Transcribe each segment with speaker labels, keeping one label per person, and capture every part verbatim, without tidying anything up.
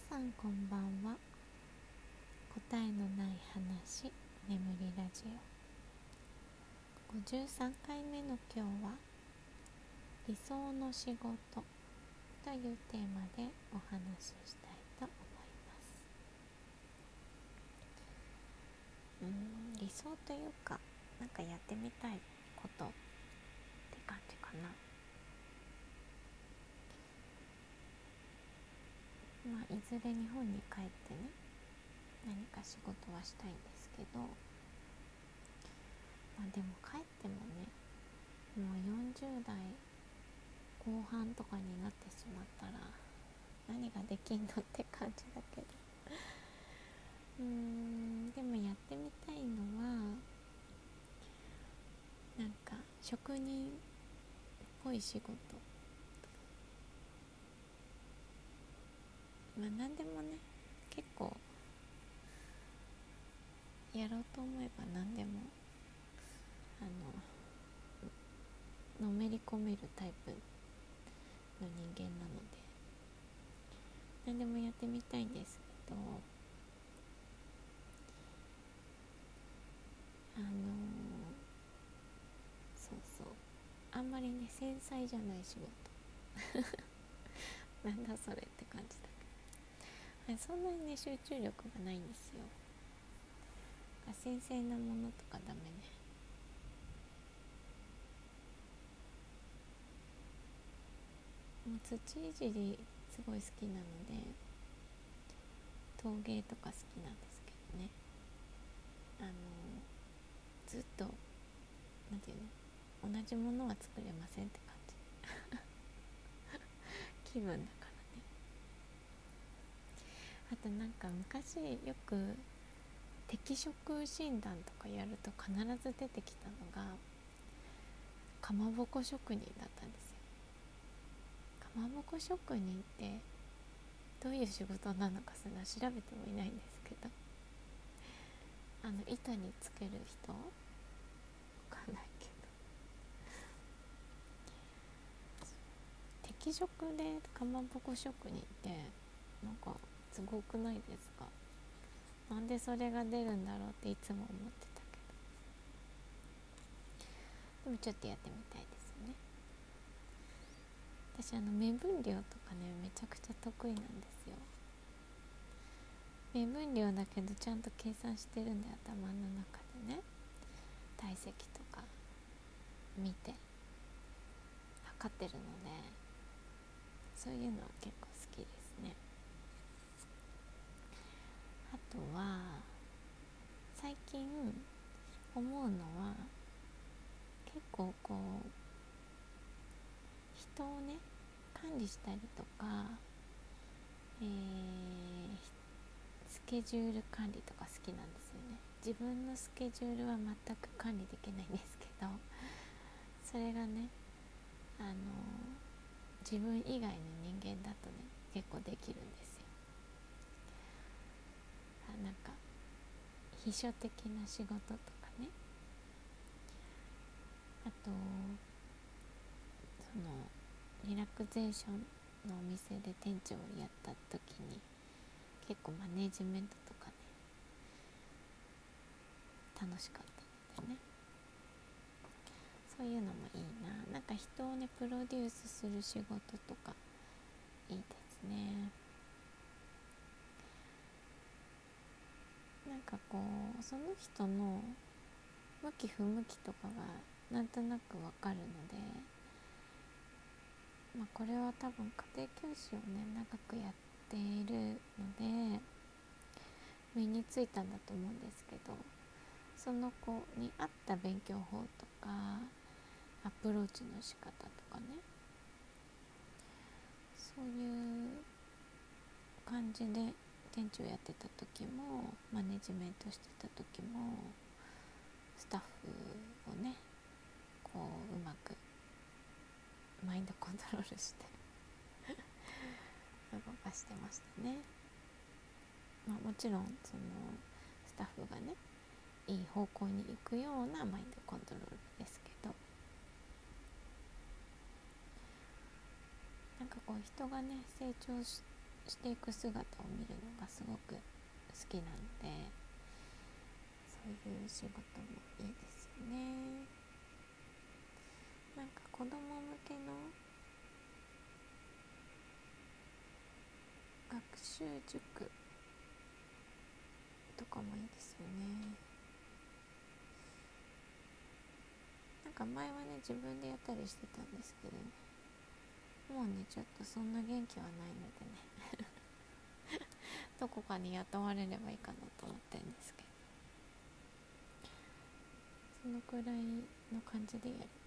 Speaker 1: さんこんばんは。答えのない話、眠りラジオごじゅうさんかいめの今日は理想の仕事というテーマでお話ししたいと思います。うーん理想というか、なんかやってみたいことって感じかな。まあいずれ日本に帰ってね、何か仕事はしたいんですけど、まあでも帰ってもね、もうよんじゅうだいこう半とかになってしまったら何ができんのって感じだけど、うーんでもやってみたいのはなんか職人っぽい仕事、まあ何でもね、結構やろうと思えば何でもあののめり込めるタイプの人間なので何でもやってみたいんですけど、あのそうそうあんまりね繊細じゃない仕事なんだそれって感じだけど、はい、そんなにね集中力がないんですよ。繊細なものとかダメね。もう土いじりすごい好きなので陶芸とか好きなんですけどね、あのずっとなんていうの、同じものは作れませんって感じ気分だからね。あとなんか昔よく適職診断とかやると必ず出てきたのがかまぼこ職人だったんですよ。かまぼこ職人ってどういう仕事なのかそんな調べてもいないんですけど、あの板につける人わかんないけど、適職でかまぼこ職人ってなんかすごくないですか？なんでそれが出るんだろうっていつも思ってたけど、でもちょっとやってみたいですよね。私あの目分量とかねめちゃくちゃ得意なんですよ。目分量だけどちゃんと計算してるんで、頭の中でね体積とか見て測ってるので、そういうのは結構好きですね。あとは最近思うのは結構こう人をね管理したりとか、えー、スケジュール管理とか好きなんですよね。自分のスケジュールは全く管理できないんですけど、それがねあの自分以外の人間だとね結構できるんですよ。あなんか秘書的な仕事とかね、あとそのリラクゼーションのお店で店長をやった時に結構マネジメントとかね楽しかったのでね、そういうのもいいな。なんか人をねプロデュースする仕事とかいいですね。なんかこうその人の向き不向きとかがなんとなくわかるので、まあ、これは多分家庭教師をね長くやっているので身についたんだと思うんですけど、その子に合った勉強法とかアプローチの仕方とかね、そういう感じで店長やってた時もマネジメントしてた時もスタッフをねこううまくマインドコントロールして動かしてましたね。まあ、もちろんそのスタッフがねいい方向に行くようなマインドコントロールですけど、なんかこう人がね成長ししていく姿を見るのがすごく好きなので、そういう仕事もいいですよね。なんか子供向けの学習塾とかもいいですよね。なんか前はね自分でやったりしてたんですけど、もうねちょっとそんな元気はないのでねどこかに雇われればいいかなと思ってるんですけど、そのくらいの感じでやりたい。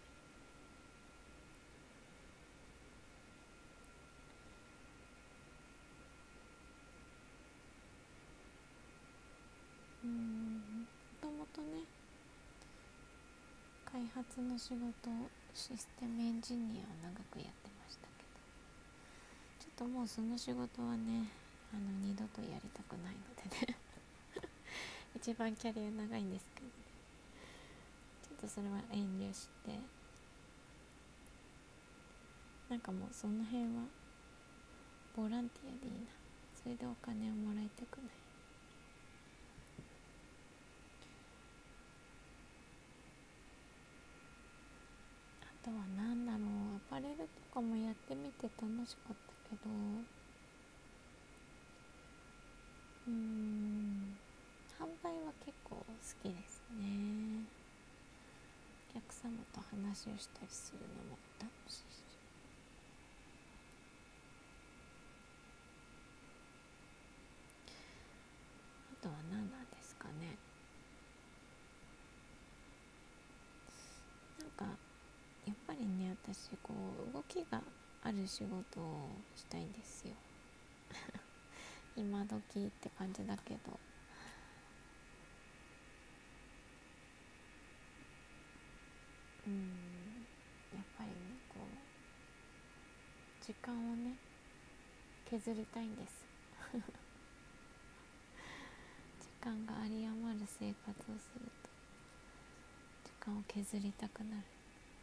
Speaker 1: うーん、もともとね開発の仕事、システムエンジニアを長くやってましたけど、ちょっともうその仕事はねあの二度とやりたくないのでね一番キャリア長いんですけど、ね、ちょっとそれは遠慮して、なんかもうその辺はボランティアでいいな、それでお金をもらいたくない。あとはなんだろう、アパレルとかもやってみて楽しかったけど、うーん販売は結構好きですね。お客様と話をしたりするのも楽しいし、あとは何なんですかね。なんかやっぱりね、私こう動きがある仕事をしたいんですよ今時って感じだけど、うん、やっぱりねこう時間をね削りたいんです時間が有り余る生活をすると時間を削りたくなる。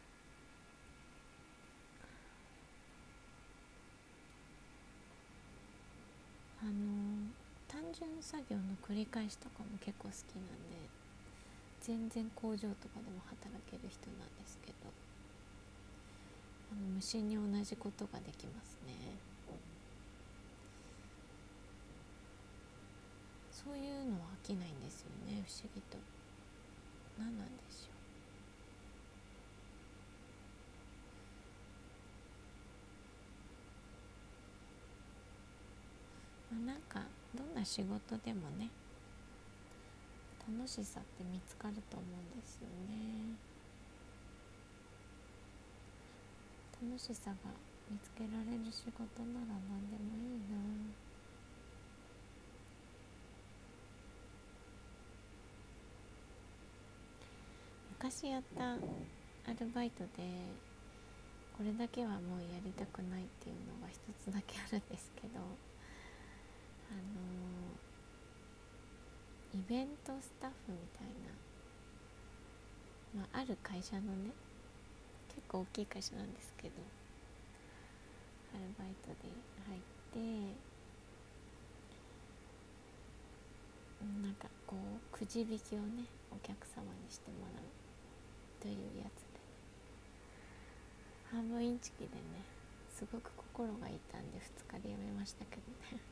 Speaker 1: あの単純作業の繰り返しとかも結構好きなんで、全然工場とかでも働ける人なんですけど、あの無心に同じことができますね。そういうのは飽きないんですよね、不思議と。何なんでしょう、まあ、なんかどんな仕事でもね楽しさって見つかると思うんですよね。楽しさが見つけられる仕事なら何でもいいな。昔やったアルバイトでこれだけはもうやりたくないっていうのが一つだけあるんですけど、あのイベントスタッフみたいな、まあ、ある会社のね結構大きい会社なんですけど、アルバイトで入ってなんかこうくじ引きをねお客様にしてもらうというやつで、半分インチキでねすごく心が痛んでふつかで辞めましたけどね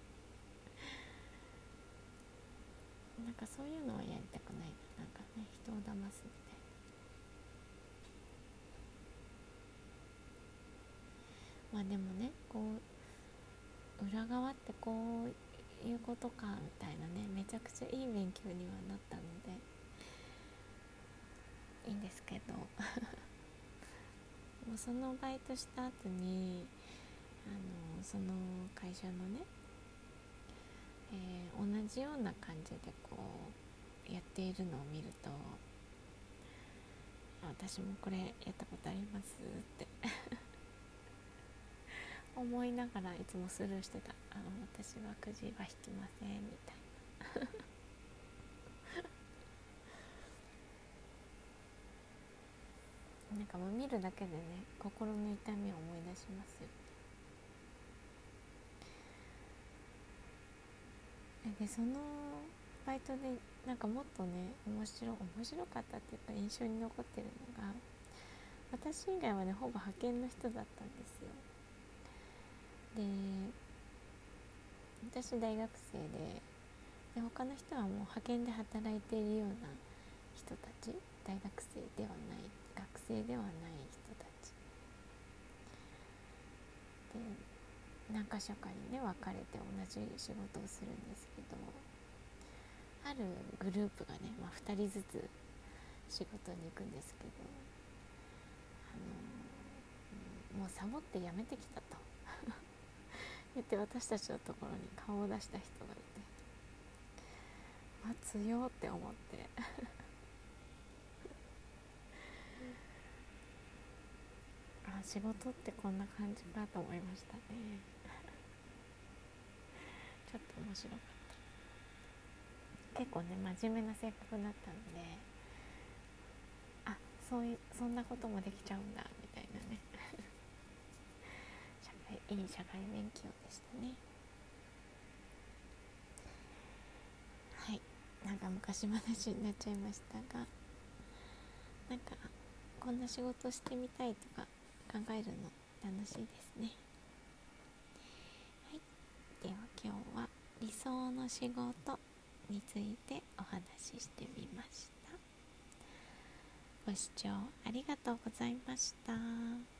Speaker 1: なんかそういうのはやりたくないな。なんかね人を騙すみたいな。まあでもねこう裏側ってこういうことかみたいなね、めちゃくちゃいい勉強にはなったのでいいんですけどもうそのバイトした後にあのその会社のね、えー同じような感じでこうやっているのを見ると、私もこれやったことありますって思いながらいつもスルーしてた。あの私はくじは引きませんみたいな。なんかもう見るだけでね心の痛みを思い出しますよ。 でそのバイトでなんかもっとね面白面白かったっていうか印象に残ってるのが、私以外はねほぼ派遣の人だったんですよ。で私大学生で、で他の人はもう派遣で働いているような人たち、大学生ではない学生ではない人たちで、何か所かにね分かれて同じ仕事をするんですけど、あるグループがね、まあ、ふたりずつ仕事に行くんですけど、あのもうサボって辞めてきたと言って私たちのところに顔を出した人がいて、まあ強って思ってあ、仕事ってこんな感じかと思いましたね。ちょっと面白かった。結構ね真面目な性格だったので、あ、そういうそんなこともできちゃうんだみたいなね社会いい社会勉強でしたね。はい、なんか昔話になっちゃいましたが、なんかこんな仕事してみたいとか考えるの楽しいですね。はい、では今日は理想の仕事についてお話ししてみました。ご視聴ありがとうございました。